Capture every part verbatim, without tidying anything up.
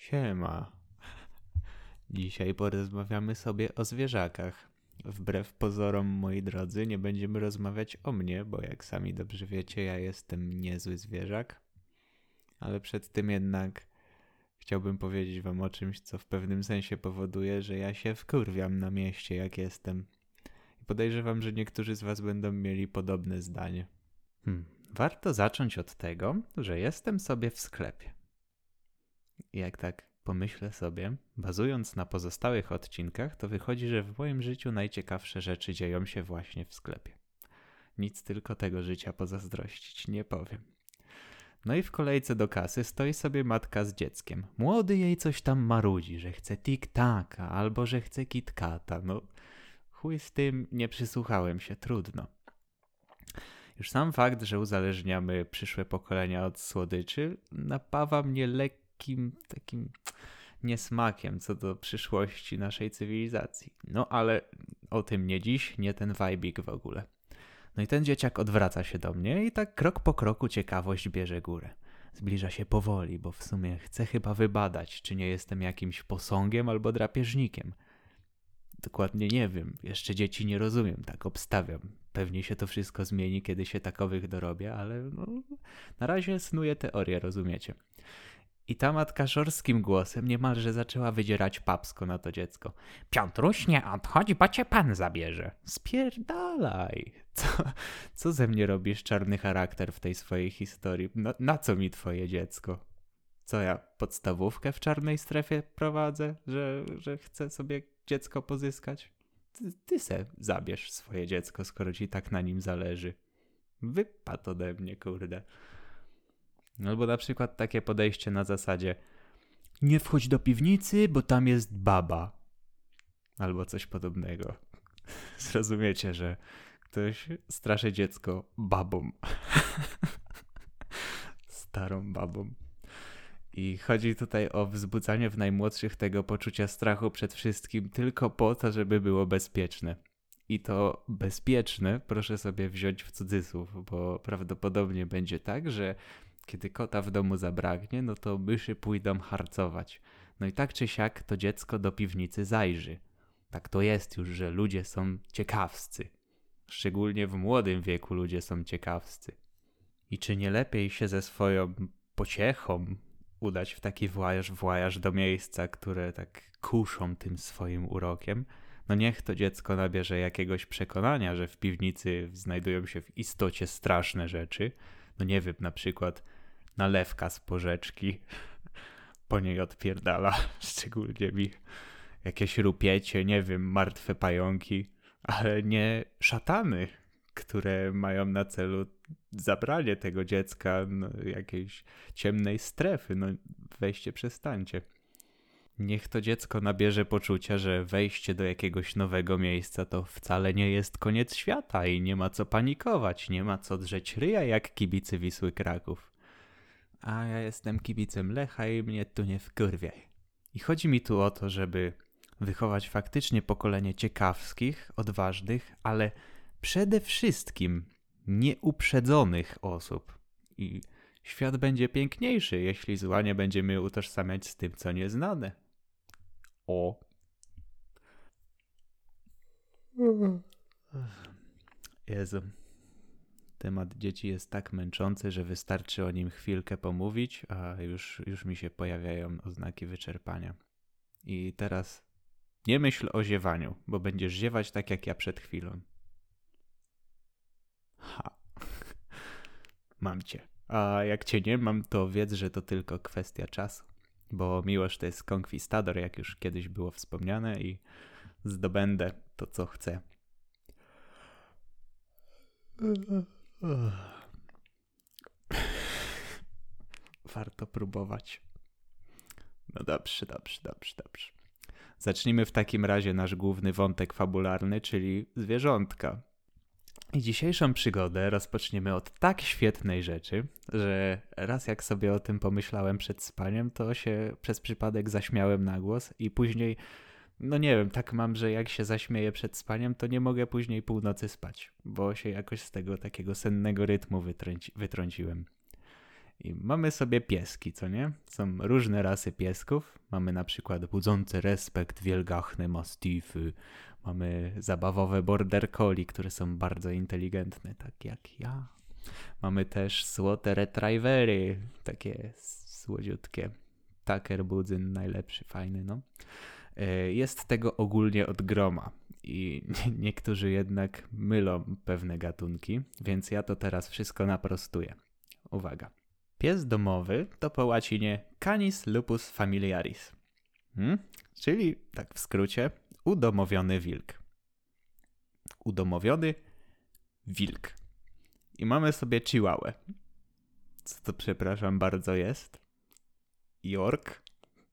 Siema. Dzisiaj porozmawiamy sobie o zwierzakach. Wbrew pozorom, moi drodzy, nie będziemy rozmawiać o mnie, bo jak sami dobrze wiecie, ja jestem niezły zwierzak. Ale przed tym jednak chciałbym powiedzieć wam o czymś, co w pewnym sensie powoduje, że ja się wkurwiam na mieście, jak jestem. I podejrzewam, że niektórzy z was będą mieli podobne zdanie. Hmm. Warto zacząć od tego, że jestem sobie w sklepie. I jak tak pomyślę sobie, bazując na pozostałych odcinkach, to wychodzi, że w moim życiu najciekawsze rzeczy dzieją się właśnie w sklepie. Nic tylko tego życia pozazdrościć nie powiem. No i w kolejce do kasy stoi sobie matka z dzieckiem. Młody jej coś tam marudzi, że chce tik-taka albo że chce kitkata. No chuj z tym, nie przysłuchałem się, trudno. Już sam fakt, że uzależniamy przyszłe pokolenia od słodyczy, napawa mnie lekkim takim niesmakiem co do przyszłości naszej cywilizacji. No ale o tym nie dziś, nie ten wajbik w ogóle. No i ten dzieciak odwraca się do mnie i tak krok po kroku ciekawość bierze górę. Zbliża się powoli, bo w sumie chce chyba wybadać, czy nie jestem jakimś posągiem albo drapieżnikiem. Dokładnie nie wiem, jeszcze dzieci nie rozumiem, tak obstawiam. Pewnie się to wszystko zmieni, kiedy się takowych dorobię, ale no, na razie snuję teorię, rozumiecie. I ta matka szorskim głosem niemalże zaczęła wydzierać papsko na to dziecko. Piotruś, nie odchodź, bo cię pan zabierze. Spierdalaj. Co, co ze mnie robisz, czarny charakter w tej swojej historii? Na, na co mi twoje dziecko? Co ja podstawówkę w czarnej strefie prowadzę, że, że chcę sobie dziecko pozyskać? Ty, ty se zabierz swoje dziecko, skoro ci tak na nim zależy. Wypadł ode mnie, kurde. Albo na przykład takie podejście na zasadzie nie wchodź do piwnicy, bo tam jest baba. Albo coś podobnego. Zrozumiecie, że ktoś straszy dziecko babą. Starą babą. I chodzi tutaj o wzbudzanie w najmłodszych tego poczucia strachu przed wszystkim tylko po to, żeby było bezpieczne. I to bezpieczne proszę sobie wziąć w cudzysłów, bo prawdopodobnie będzie tak, że kiedy kota w domu zabraknie, no to myszy pójdą harcować. No i tak czy siak to dziecko do piwnicy zajrzy. Tak to jest już, że ludzie są ciekawscy. Szczególnie w młodym wieku ludzie są ciekawscy. I czy nie lepiej się ze swoją pociechą udać w taki włajaż, włajaż do miejsca, które tak kuszą tym swoim urokiem? No niech to dziecko nabierze jakiegoś przekonania, że w piwnicy znajdują się w istocie straszne rzeczy. No nie wiem, na przykład nalewka z porzeczki, po niej odpierdala, szczególnie mi jakieś rupiecie, nie wiem, martwe pająki, ale nie szatany, które mają na celu zabranie tego dziecka do jakiejś ciemnej strefy, no weźcie, przestańcie. Niech to dziecko nabierze poczucia, że wejście do jakiegoś nowego miejsca to wcale nie jest koniec świata i nie ma co panikować, nie ma co drzeć ryja jak kibicy Wisły Kraków. A ja jestem kibicem Lecha i mnie tu nie wkurwiaj. I chodzi mi tu o to, żeby wychować faktycznie pokolenie ciekawskich, odważnych, ale przede wszystkim nieuprzedzonych osób. I świat będzie piękniejszy, jeśli zła nie będziemy utożsamiać z tym, co nieznane. O. Jezu. Temat dzieci jest tak męczący, że wystarczy o nim chwilkę pomówić, a już, już mi się pojawiają oznaki wyczerpania. I teraz nie myśl o ziewaniu, bo będziesz ziewać tak jak ja przed chwilą. Ha. Mam cię. A jak cię nie mam, to wiedz, że to tylko kwestia czasu. Bo miłość to jest konkwistador, jak już kiedyś było wspomniane, i zdobędę to, co chcę. Warto próbować. No dobrze, dobrze, dobrze, dobrze. Zacznijmy w takim razie nasz główny wątek fabularny, czyli zwierzątka. I dzisiejszą przygodę rozpoczniemy od tak świetnej rzeczy, że raz jak sobie o tym pomyślałem przed spaniem, to się przez przypadek zaśmiałem na głos i później, no nie wiem, tak mam, że jak się zaśmieję przed spaniem, to nie mogę później północy spać, bo się jakoś z tego takiego sennego rytmu wytrąci, wytrąciłem. I mamy sobie pieski, co nie? Są różne rasy piesków. Mamy na przykład budzący respekt wielgachne mastify. Mamy zabawowe border collie, które są bardzo inteligentne, tak jak ja. Mamy też złote retrievery, takie słodziutkie. Tucker Budzyn, najlepszy, fajny, no. Jest tego ogólnie od groma i niektórzy jednak mylą pewne gatunki, więc ja to teraz wszystko naprostuję. Uwaga. Pies domowy to po łacinie Canis lupus familiaris, hmm? Czyli tak w skrócie udomowiony wilk. Udomowiony wilk. I mamy sobie chihuahua. Co to, przepraszam bardzo, jest? York?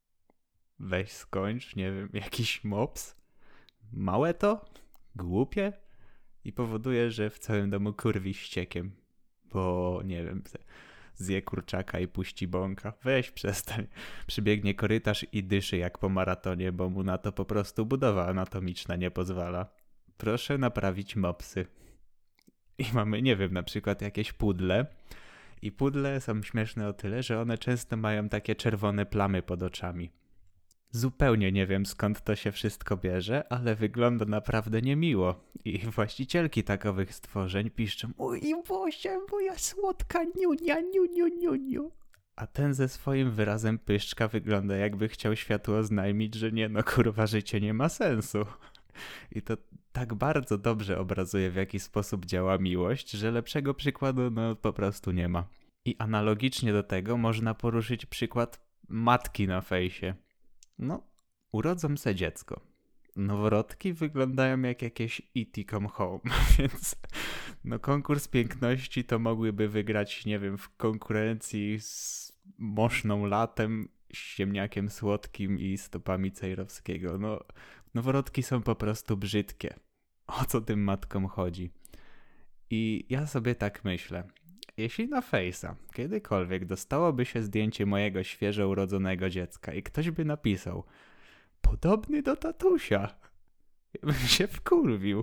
Weź skończ, nie wiem, jakiś mops? Małe to? Głupie? I powoduje, że w całym domu kurwi ściekiem. Bo, nie wiem, zje kurczaka i puści bąka. Weź przestań. Przybiegnie korytarz i dyszy jak po maratonie, bo mu na to po prostu budowa anatomiczna nie pozwala. Proszę naprawić mopsy. I mamy, nie wiem, na przykład jakieś pudle. I pudle są śmieszne o tyle, że one często mają takie czerwone plamy pod oczami. Zupełnie nie wiem, skąd to się wszystko bierze, ale wygląda naprawdę niemiło. I właścicielki takowych stworzeń piszczą: oj Boże, moja słodka niunia, niu, niu, niu, niu. A ten ze swoim wyrazem pyszczka wygląda, jakby chciał światu oznajmić, że nie no, kurwa, życie nie ma sensu. I to tak bardzo dobrze obrazuje, w jaki sposób działa miłość, że lepszego przykładu no po prostu nie ma. I analogicznie do tego można poruszyć przykład matki na fejsie. No, urodzą se dziecko. Noworodki wyglądają jak jakieś E T Come Home, więc no konkurs piękności to mogłyby wygrać, nie wiem, w konkurencji z moszną latem, ziemniakiem słodkim i stopami Cejrowskiego. No, noworodki są po prostu brzydkie. O co tym matkom chodzi? I ja sobie tak myślę. Jeśli na Face'a kiedykolwiek dostałoby się zdjęcie mojego świeżo urodzonego dziecka i ktoś by napisał: podobny do tatusia, ja bym się wkurwił.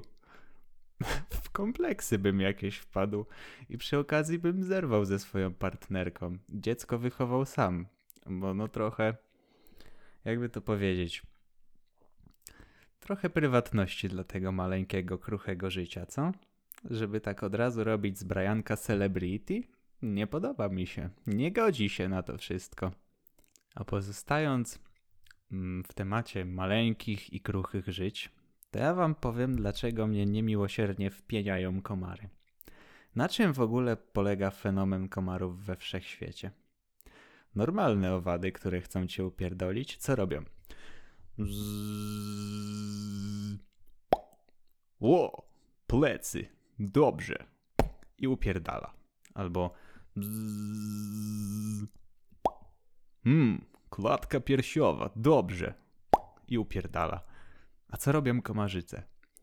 W kompleksy bym jakieś wpadł i przy okazji bym zerwał ze swoją partnerką. Dziecko wychował sam, bo no trochę, jakby to powiedzieć, trochę prywatności dla tego maleńkiego, kruchego życia, co? Żeby tak od razu robić z Brianka celebrity? Nie podoba mi się. Nie godzi się na to wszystko. A pozostając w temacie maleńkich i kruchych żyć, to ja wam powiem, dlaczego mnie niemiłosiernie wpieniają komary. Na czym w ogóle polega fenomen komarów we wszechświecie? Normalne owady, które chcą cię upierdolić, co robią? Zzzz... Ło, plecy, dobrze. I upierdala. Albo bzzz... Hmm, klatka piersiowa, dobrze. I upierdala. A co robią komarzyce?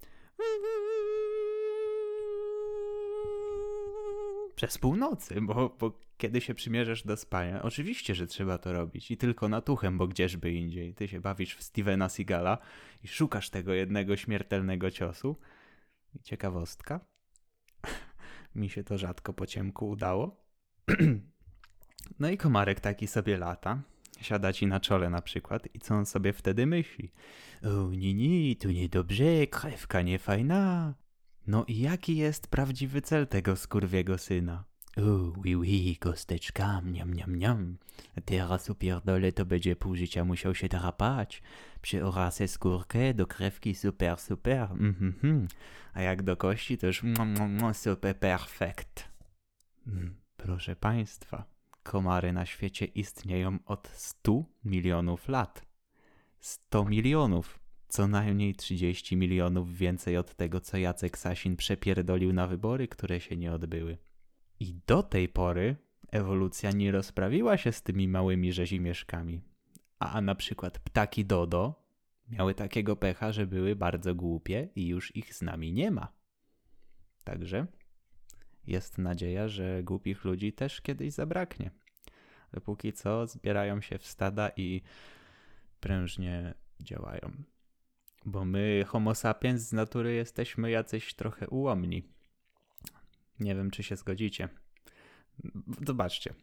Przez północy, bo, bo kiedy się przymierzasz do spania, oczywiście, że trzeba to robić i tylko natuchem, bo gdzieżby indziej. Ty się bawisz w Stevena Seagala i szukasz tego jednego śmiertelnego ciosu. I ciekawostka, mi się to rzadko po ciemku udało. No i komarek taki sobie lata, siada ci na czole na przykład i co on sobie wtedy myśli? O nie, nie, to niedobrze, krewka niefajna. No i jaki jest prawdziwy cel tego skurwiego syna? O, oui, oui, kosteczka, mniam, mniam, mniam. Teraz upierdolę, to będzie pół życia musiał się drapać. Przeorasę skórkę do krewki super, super. Mm-hmm. A jak do kości, to już mm, mm, super perfekt. Mm, proszę państwa, komary na świecie istnieją od stu milionów lat. sto milionów. Co najmniej trzydzieści milionów więcej od tego, co Jacek Sasin przepierdolił na wybory, które się nie odbyły. I do tej pory ewolucja nie rozprawiła się z tymi małymi rzezimieszkami. A na przykład ptaki dodo miały takiego pecha, że były bardzo głupie i już ich z nami nie ma. Także jest nadzieja, że głupich ludzi też kiedyś zabraknie. Ale póki co zbierają się w stada i prężnie działają. Bo my, homo sapiens, z natury jesteśmy jacyś trochę ułomni. Nie wiem, czy się zgodzicie. Zobaczcie.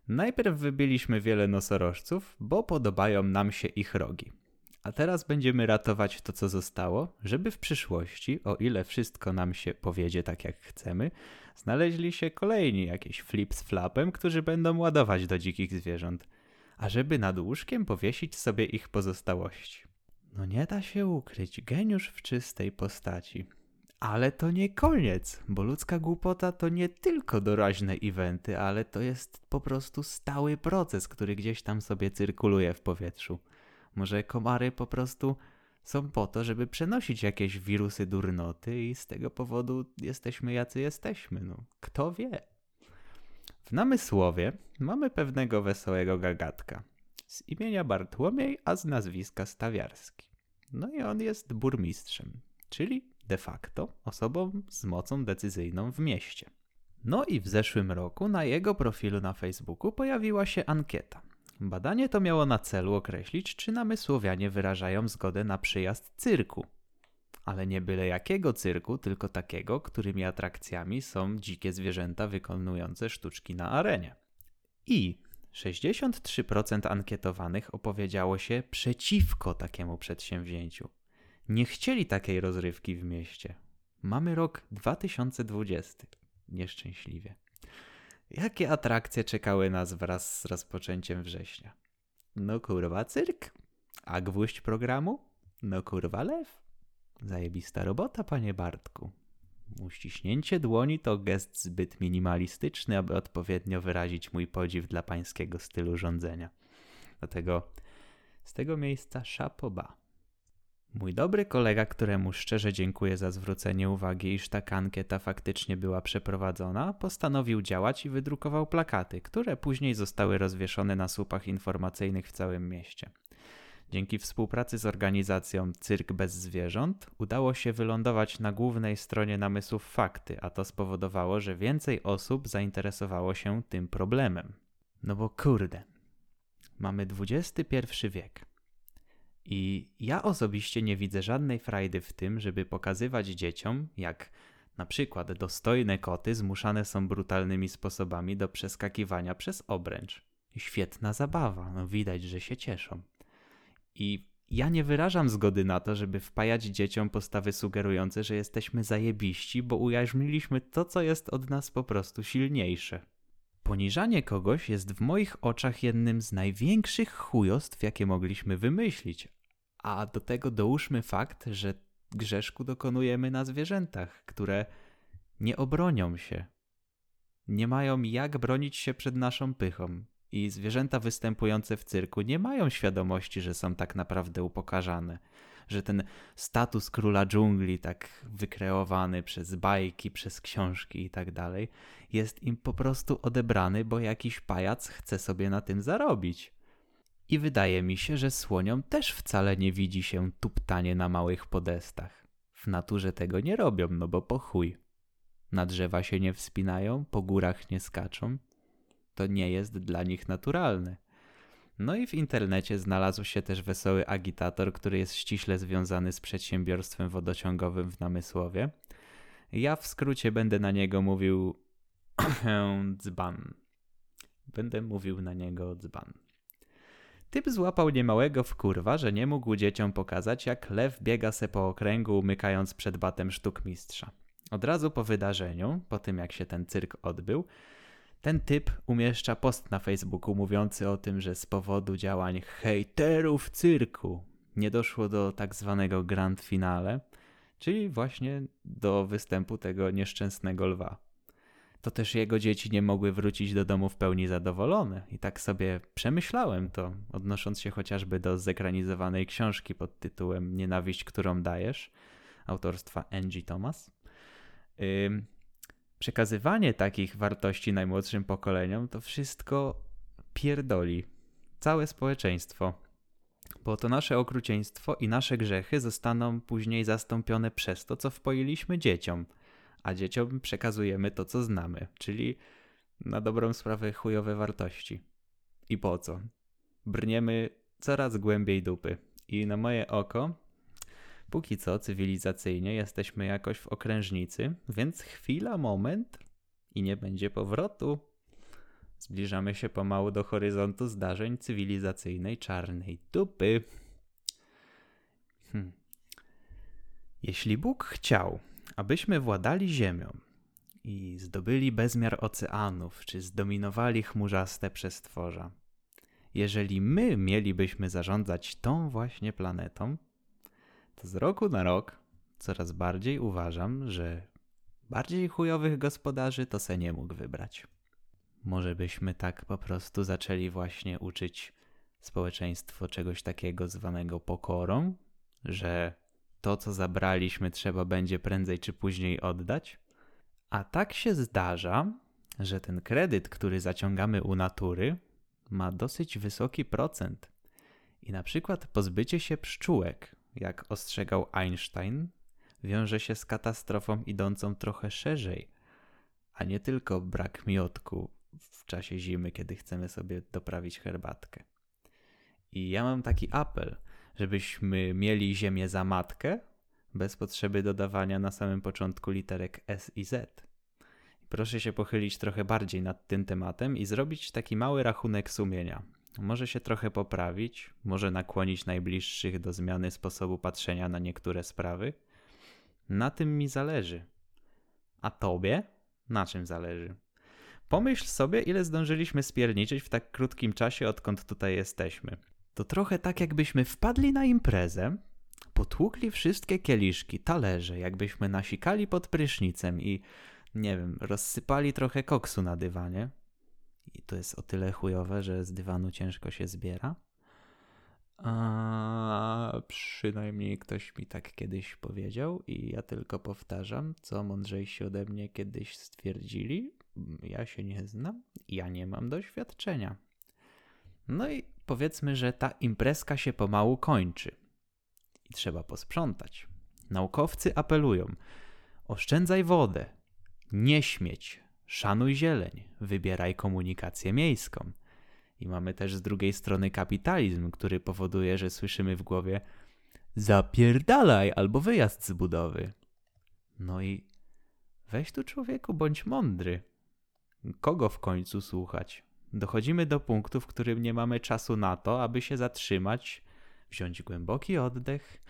Najpierw wybiliśmy wiele nosorożców, bo podobają nam się ich rogi. A teraz będziemy ratować to, co zostało, żeby w przyszłości, o ile wszystko nam się powiedzie tak jak chcemy, znaleźli się kolejni jakieś flip z flapem, którzy będą ładować do dzikich zwierząt, a żeby nad łóżkiem powiesić sobie ich pozostałości. No nie da się ukryć, geniusz w czystej postaci. Ale to nie koniec, bo ludzka głupota to nie tylko doraźne eventy, ale to jest po prostu stały proces, który gdzieś tam sobie cyrkuluje w powietrzu. Może komary po prostu są po to, żeby przenosić jakieś wirusy durnoty i z tego powodu jesteśmy jacy jesteśmy. No, kto wie? W Namysłowie mamy pewnego wesołego gagatka. Z imienia Bartłomiej, a z nazwiska Stawiarski. No i on jest burmistrzem, czyli de facto osobą z mocą decyzyjną w mieście. No i w zeszłym roku na jego profilu na Facebooku pojawiła się ankieta. Badanie to miało na celu określić, czy namysłowianie wyrażają zgodę na przyjazd cyrku. Ale nie byle jakiego cyrku, tylko takiego, którymi atrakcjami są dzikie zwierzęta wykonujące sztuczki na arenie. I sześćdziesiąt trzy procent ankietowanych opowiedziało się przeciwko takiemu przedsięwzięciu. Nie chcieli takiej rozrywki w mieście. Mamy rok dwa tysiące dwudziesty. Nieszczęśliwie. Jakie atrakcje czekały nas wraz z rozpoczęciem września? No kurwa cyrk. A gwóźdź programu? No kurwa lew. Zajebista robota, panie Bartku. Uściśnięcie dłoni to gest zbyt minimalistyczny, aby odpowiednio wyrazić mój podziw dla pańskiego stylu rządzenia. Dlatego z tego miejsca chapeau bas. Mój dobry kolega, któremu szczerze dziękuję za zwrócenie uwagi, iż taka ankieta faktycznie była przeprowadzona, postanowił działać i wydrukował plakaty, które później zostały rozwieszone na słupach informacyjnych w całym mieście. Dzięki współpracy z organizacją Cyrk bez zwierząt udało się wylądować na głównej stronie Namysłów Fakty, a to spowodowało, że więcej osób zainteresowało się tym problemem. No bo kurde, mamy dwudziesty pierwszy wiek. I ja osobiście nie widzę żadnej frajdy w tym, żeby pokazywać dzieciom, jak na przykład dostojne koty zmuszane są brutalnymi sposobami do przeskakiwania przez obręcz. Świetna zabawa, no widać, że się cieszą. I ja nie wyrażam zgody na to, żeby wpajać dzieciom postawy sugerujące, że jesteśmy zajebiści, bo ujarzmiliśmy to, co jest od nas po prostu silniejsze. Poniżanie kogoś jest w moich oczach jednym z największych chujostw, jakie mogliśmy wymyślić. A do tego dołóżmy fakt, że grzeszku dokonujemy na zwierzętach, które nie obronią się. Nie mają jak bronić się przed naszą pychą. I zwierzęta występujące w cyrku nie mają świadomości, że są tak naprawdę upokarzane. Że ten status króla dżungli, tak wykreowany przez bajki, przez książki i tak dalej, jest im po prostu odebrany, bo jakiś pajac chce sobie na tym zarobić. I wydaje mi się, że słoniom też wcale nie widzi się tuptanie na małych podestach. W naturze tego nie robią, no bo po chuj. Na drzewa się nie wspinają, po górach nie skaczą. To nie jest dla nich naturalne. No i w internecie znalazł się też wesoły agitator, który jest ściśle związany z przedsiębiorstwem wodociągowym w Namysłowie. Ja w skrócie będę na niego mówił dzban. Będę mówił na niego dzban. Typ złapał niemałego wkurwa, że nie mógł dzieciom pokazać, jak lew biega se po okręgu, umykając przed batem sztukmistrza. Od razu po wydarzeniu, po tym jak się ten cyrk odbył, ten typ umieszcza post na Facebooku mówiący o tym, że z powodu działań hejterów cyrku nie doszło do tak zwanego grand finale, czyli właśnie do występu tego nieszczęsnego lwa. To też jego dzieci nie mogły wrócić do domu w pełni zadowolone. I tak sobie przemyślałem to, odnosząc się chociażby do zekranizowanej książki pod tytułem Nienawiść, którą dajesz, autorstwa Angie Thomas. Yy, Przekazywanie takich wartości najmłodszym pokoleniom to wszystko pierdoli. Całe społeczeństwo. Bo to nasze okrucieństwo i nasze grzechy zostaną później zastąpione przez to, co wpoiliśmy dzieciom. A dzieciom przekazujemy to, co znamy. Czyli na dobrą sprawę chujowe wartości. I po co? Brniemy coraz głębiej dupy. I na moje oko, póki co cywilizacyjnie jesteśmy jakoś w okrężnicy, więc chwila, moment i nie będzie powrotu. Zbliżamy się pomału do horyzontu zdarzeń cywilizacyjnej czarnej dupy. Hmm. Jeśli Bóg chciał, abyśmy władali ziemią i zdobyli bezmiar oceanów, czy zdominowali chmurzaste przestworza, jeżeli my mielibyśmy zarządzać tą właśnie planetą, to z roku na rok coraz bardziej uważam, że bardziej chujowych gospodarzy to se nie mógł wybrać. Może byśmy tak po prostu zaczęli właśnie uczyć społeczeństwo czegoś takiego zwanego pokorą, że to, co zabraliśmy, trzeba będzie prędzej czy później oddać. A tak się zdarza, że ten kredyt, który zaciągamy u natury, ma dosyć wysoki procent. I na przykład pozbycie się pszczółek, jak ostrzegał Einstein, wiąże się z katastrofą idącą trochę szerzej, a nie tylko brak miodku w czasie zimy, kiedy chcemy sobie doprawić herbatkę. I ja mam taki apel, żebyśmy mieli ziemię za matkę, bez potrzeby dodawania na samym początku literek S i Z. Proszę się pochylić trochę bardziej nad tym tematem i zrobić taki mały rachunek sumienia. Może się trochę poprawić, może nakłonić najbliższych do zmiany sposobu patrzenia na niektóre sprawy. Na tym mi zależy. A tobie? Na czym zależy? Pomyśl sobie, ile zdążyliśmy spierniczyć w tak krótkim czasie, odkąd tutaj jesteśmy. To trochę tak, jakbyśmy wpadli na imprezę, potłukli wszystkie kieliszki, talerze, jakbyśmy nasikali pod prysznicem i, nie wiem, rozsypali trochę koksu na dywanie. I to jest o tyle chujowe, że z dywanu ciężko się zbiera. A przynajmniej ktoś mi tak kiedyś powiedział i ja tylko powtarzam, co mądrzejsi ode mnie kiedyś stwierdzili. Ja się nie znam, ja nie mam doświadczenia. No i powiedzmy, że ta imprezka się pomału kończy i trzeba posprzątać. Naukowcy apelują: oszczędzaj wodę, nie śmieć, szanuj zieleń, wybieraj komunikację miejską. I mamy też z drugiej strony kapitalizm, który powoduje, że słyszymy w głowie: zapierdalaj albo wyjazd z budowy. No i weź tu, człowieku, bądź mądry. Kogo w końcu słuchać? Dochodzimy do punktu, w którym nie mamy czasu na to, aby się zatrzymać, wziąć głęboki oddech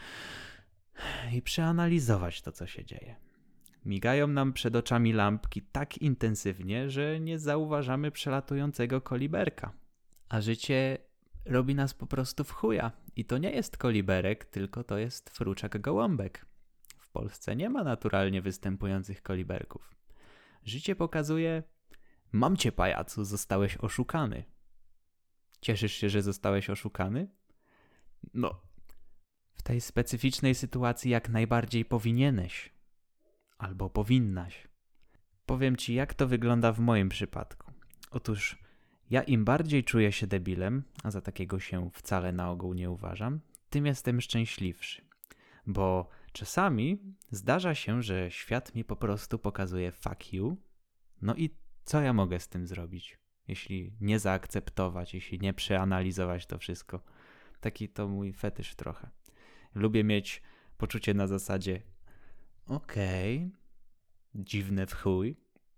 i przeanalizować to, co się dzieje. Migają nam przed oczami lampki tak intensywnie, że nie zauważamy przelatującego koliberka. A życie robi nas po prostu w chuja. I to nie jest koliberek, tylko to jest fruczak gołąbek. W Polsce nie ma naturalnie występujących koliberków. Życie pokazuje: mam cię, pajacu, zostałeś oszukany. Cieszysz się, że zostałeś oszukany? No, w tej specyficznej sytuacji jak najbardziej powinieneś. Albo powinnaś. Powiem ci, jak to wygląda w moim przypadku. Otóż ja im bardziej czuję się debilem, a za takiego się wcale na ogół nie uważam, tym jestem szczęśliwszy. Bo czasami zdarza się, że świat mi po prostu pokazuje fuck you. No i co ja mogę z tym zrobić, jeśli nie zaakceptować, jeśli nie przeanalizować to wszystko? Taki to mój fetysz trochę. Lubię mieć poczucie na zasadzie: okej, okay, dziwne w chuj,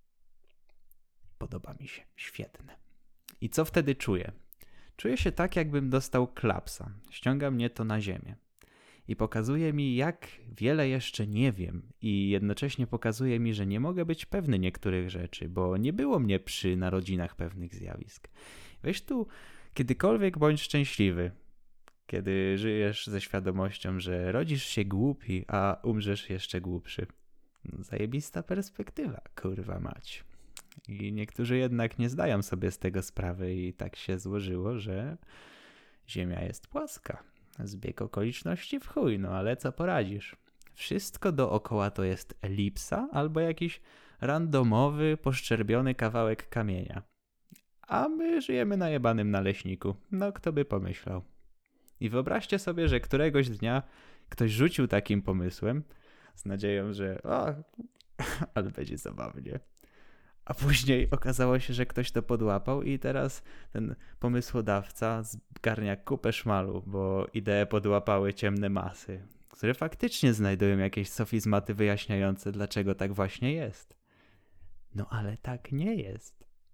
podoba mi się, świetne. I co wtedy czuję? Czuję się tak, jakbym dostał klapsa. Ściąga mnie to na ziemię. I pokazuje mi, jak wiele jeszcze nie wiem. I jednocześnie pokazuje mi, że nie mogę być pewny niektórych rzeczy, bo nie było mnie przy narodzinach pewnych zjawisk. Weź tu kiedykolwiek bądź szczęśliwy, kiedy żyjesz ze świadomością, że rodzisz się głupi, a umrzesz jeszcze głupszy. Zajebista perspektywa, kurwa mać. I niektórzy jednak nie zdają sobie z tego sprawy i tak się złożyło, że Ziemia jest płaska. Zbieg okoliczności w chuj, no ale co poradzisz? Wszystko dookoła to jest elipsa albo jakiś randomowy, poszczerbiony kawałek kamienia. A my żyjemy na jebanym naleśniku. No kto by pomyślał. I wyobraźcie sobie, że któregoś dnia ktoś rzucił takim pomysłem z nadzieją, że o, ale będzie zabawnie. A później okazało się, że ktoś to podłapał i teraz ten pomysłodawca zgarnia kupę szmalu, bo ideę podłapały ciemne masy, które faktycznie znajdują jakieś sofizmaty wyjaśniające, dlaczego tak właśnie jest. No ale tak nie jest.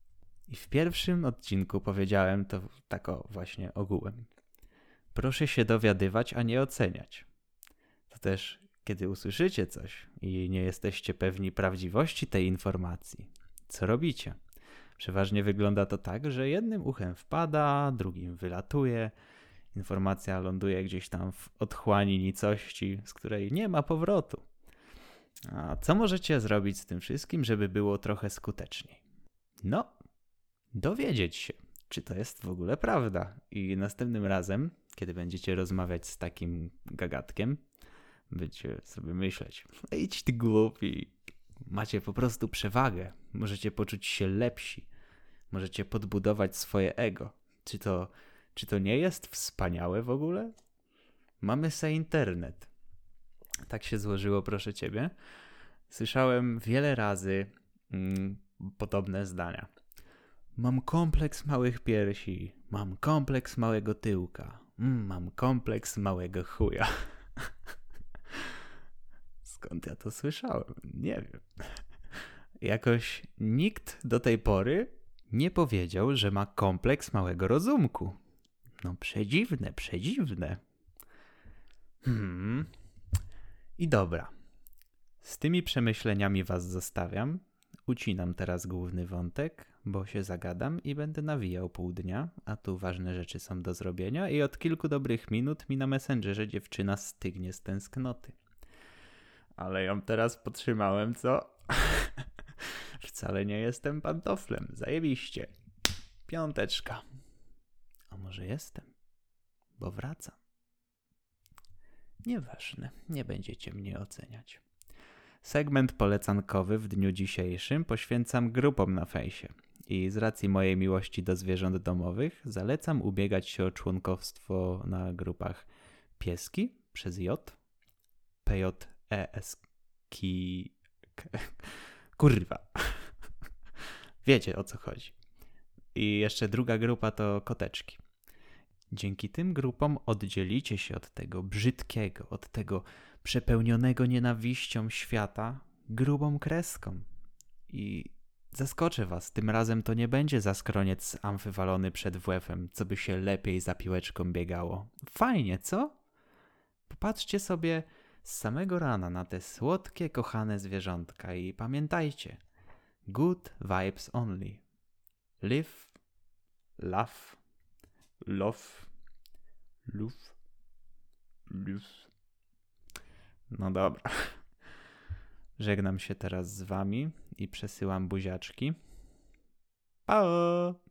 I w pierwszym odcinku powiedziałem to tak o właśnie ogółem. Proszę się dowiadywać, a nie oceniać. To też, kiedy usłyszycie coś i nie jesteście pewni prawdziwości tej informacji, co robicie? Przeważnie wygląda to tak, że jednym uchem wpada, drugim wylatuje. Informacja ląduje gdzieś tam w otchłani nicości, z której nie ma powrotu. A co możecie zrobić z tym wszystkim, żeby było trochę skuteczniej? No, dowiedzieć się, czy to jest w ogóle prawda. I następnym razem, kiedy będziecie rozmawiać z takim gagatkiem, będziecie sobie myśleć, idź ty głupi, macie po prostu przewagę, możecie poczuć się lepsi, możecie podbudować swoje ego. Czy to, czy to nie jest wspaniałe w ogóle? Mamy se internet. Tak się złożyło, proszę ciebie. Słyszałem wiele razy mm, podobne zdania. Mam kompleks małych piersi, mam kompleks małego tyłka, mm, mam kompleks małego chuja. Skąd ja to słyszałem? Nie wiem. Jakoś nikt do tej pory nie powiedział, że ma kompleks małego rozumku. No przedziwne, przedziwne. Hmm. I dobra. Z tymi przemyśleniami was zostawiam. Ucinam teraz główny wątek, bo się zagadam i będę nawijał pół dnia, a tu ważne rzeczy są do zrobienia i od kilku dobrych minut mi na Messengerze dziewczyna stygnie z tęsknoty. Ale ją teraz potrzymałem, co? Wcale nie jestem pantoflem. Zajebiście. Piąteczka. A może jestem? Bo wracam. Nieważne, nie będziecie mnie oceniać. Segment polecankowy w dniu dzisiejszym poświęcam grupom na fejsie. I z racji mojej miłości do zwierząt domowych zalecam ubiegać się o członkostwo na grupach Pieski przez J, P J E S K... Kurwa. Wiecie, o co chodzi. I jeszcze druga grupa to Koteczki. Dzięki tym grupom oddzielicie się od tego brzydkiego, od tego przepełnionego nienawiścią świata grubą kreską. I zaskoczę was, tym razem to nie będzie zaskroniec amfywalony przed W F-em, co by się lepiej za piłeczką biegało. Fajnie, co? Popatrzcie sobie z samego rana na te słodkie, kochane zwierzątka i pamiętajcie, good vibes only. Live, laugh, love, love, love. No dobra. Żegnam się teraz z wami i przesyłam buziaczki. Pa!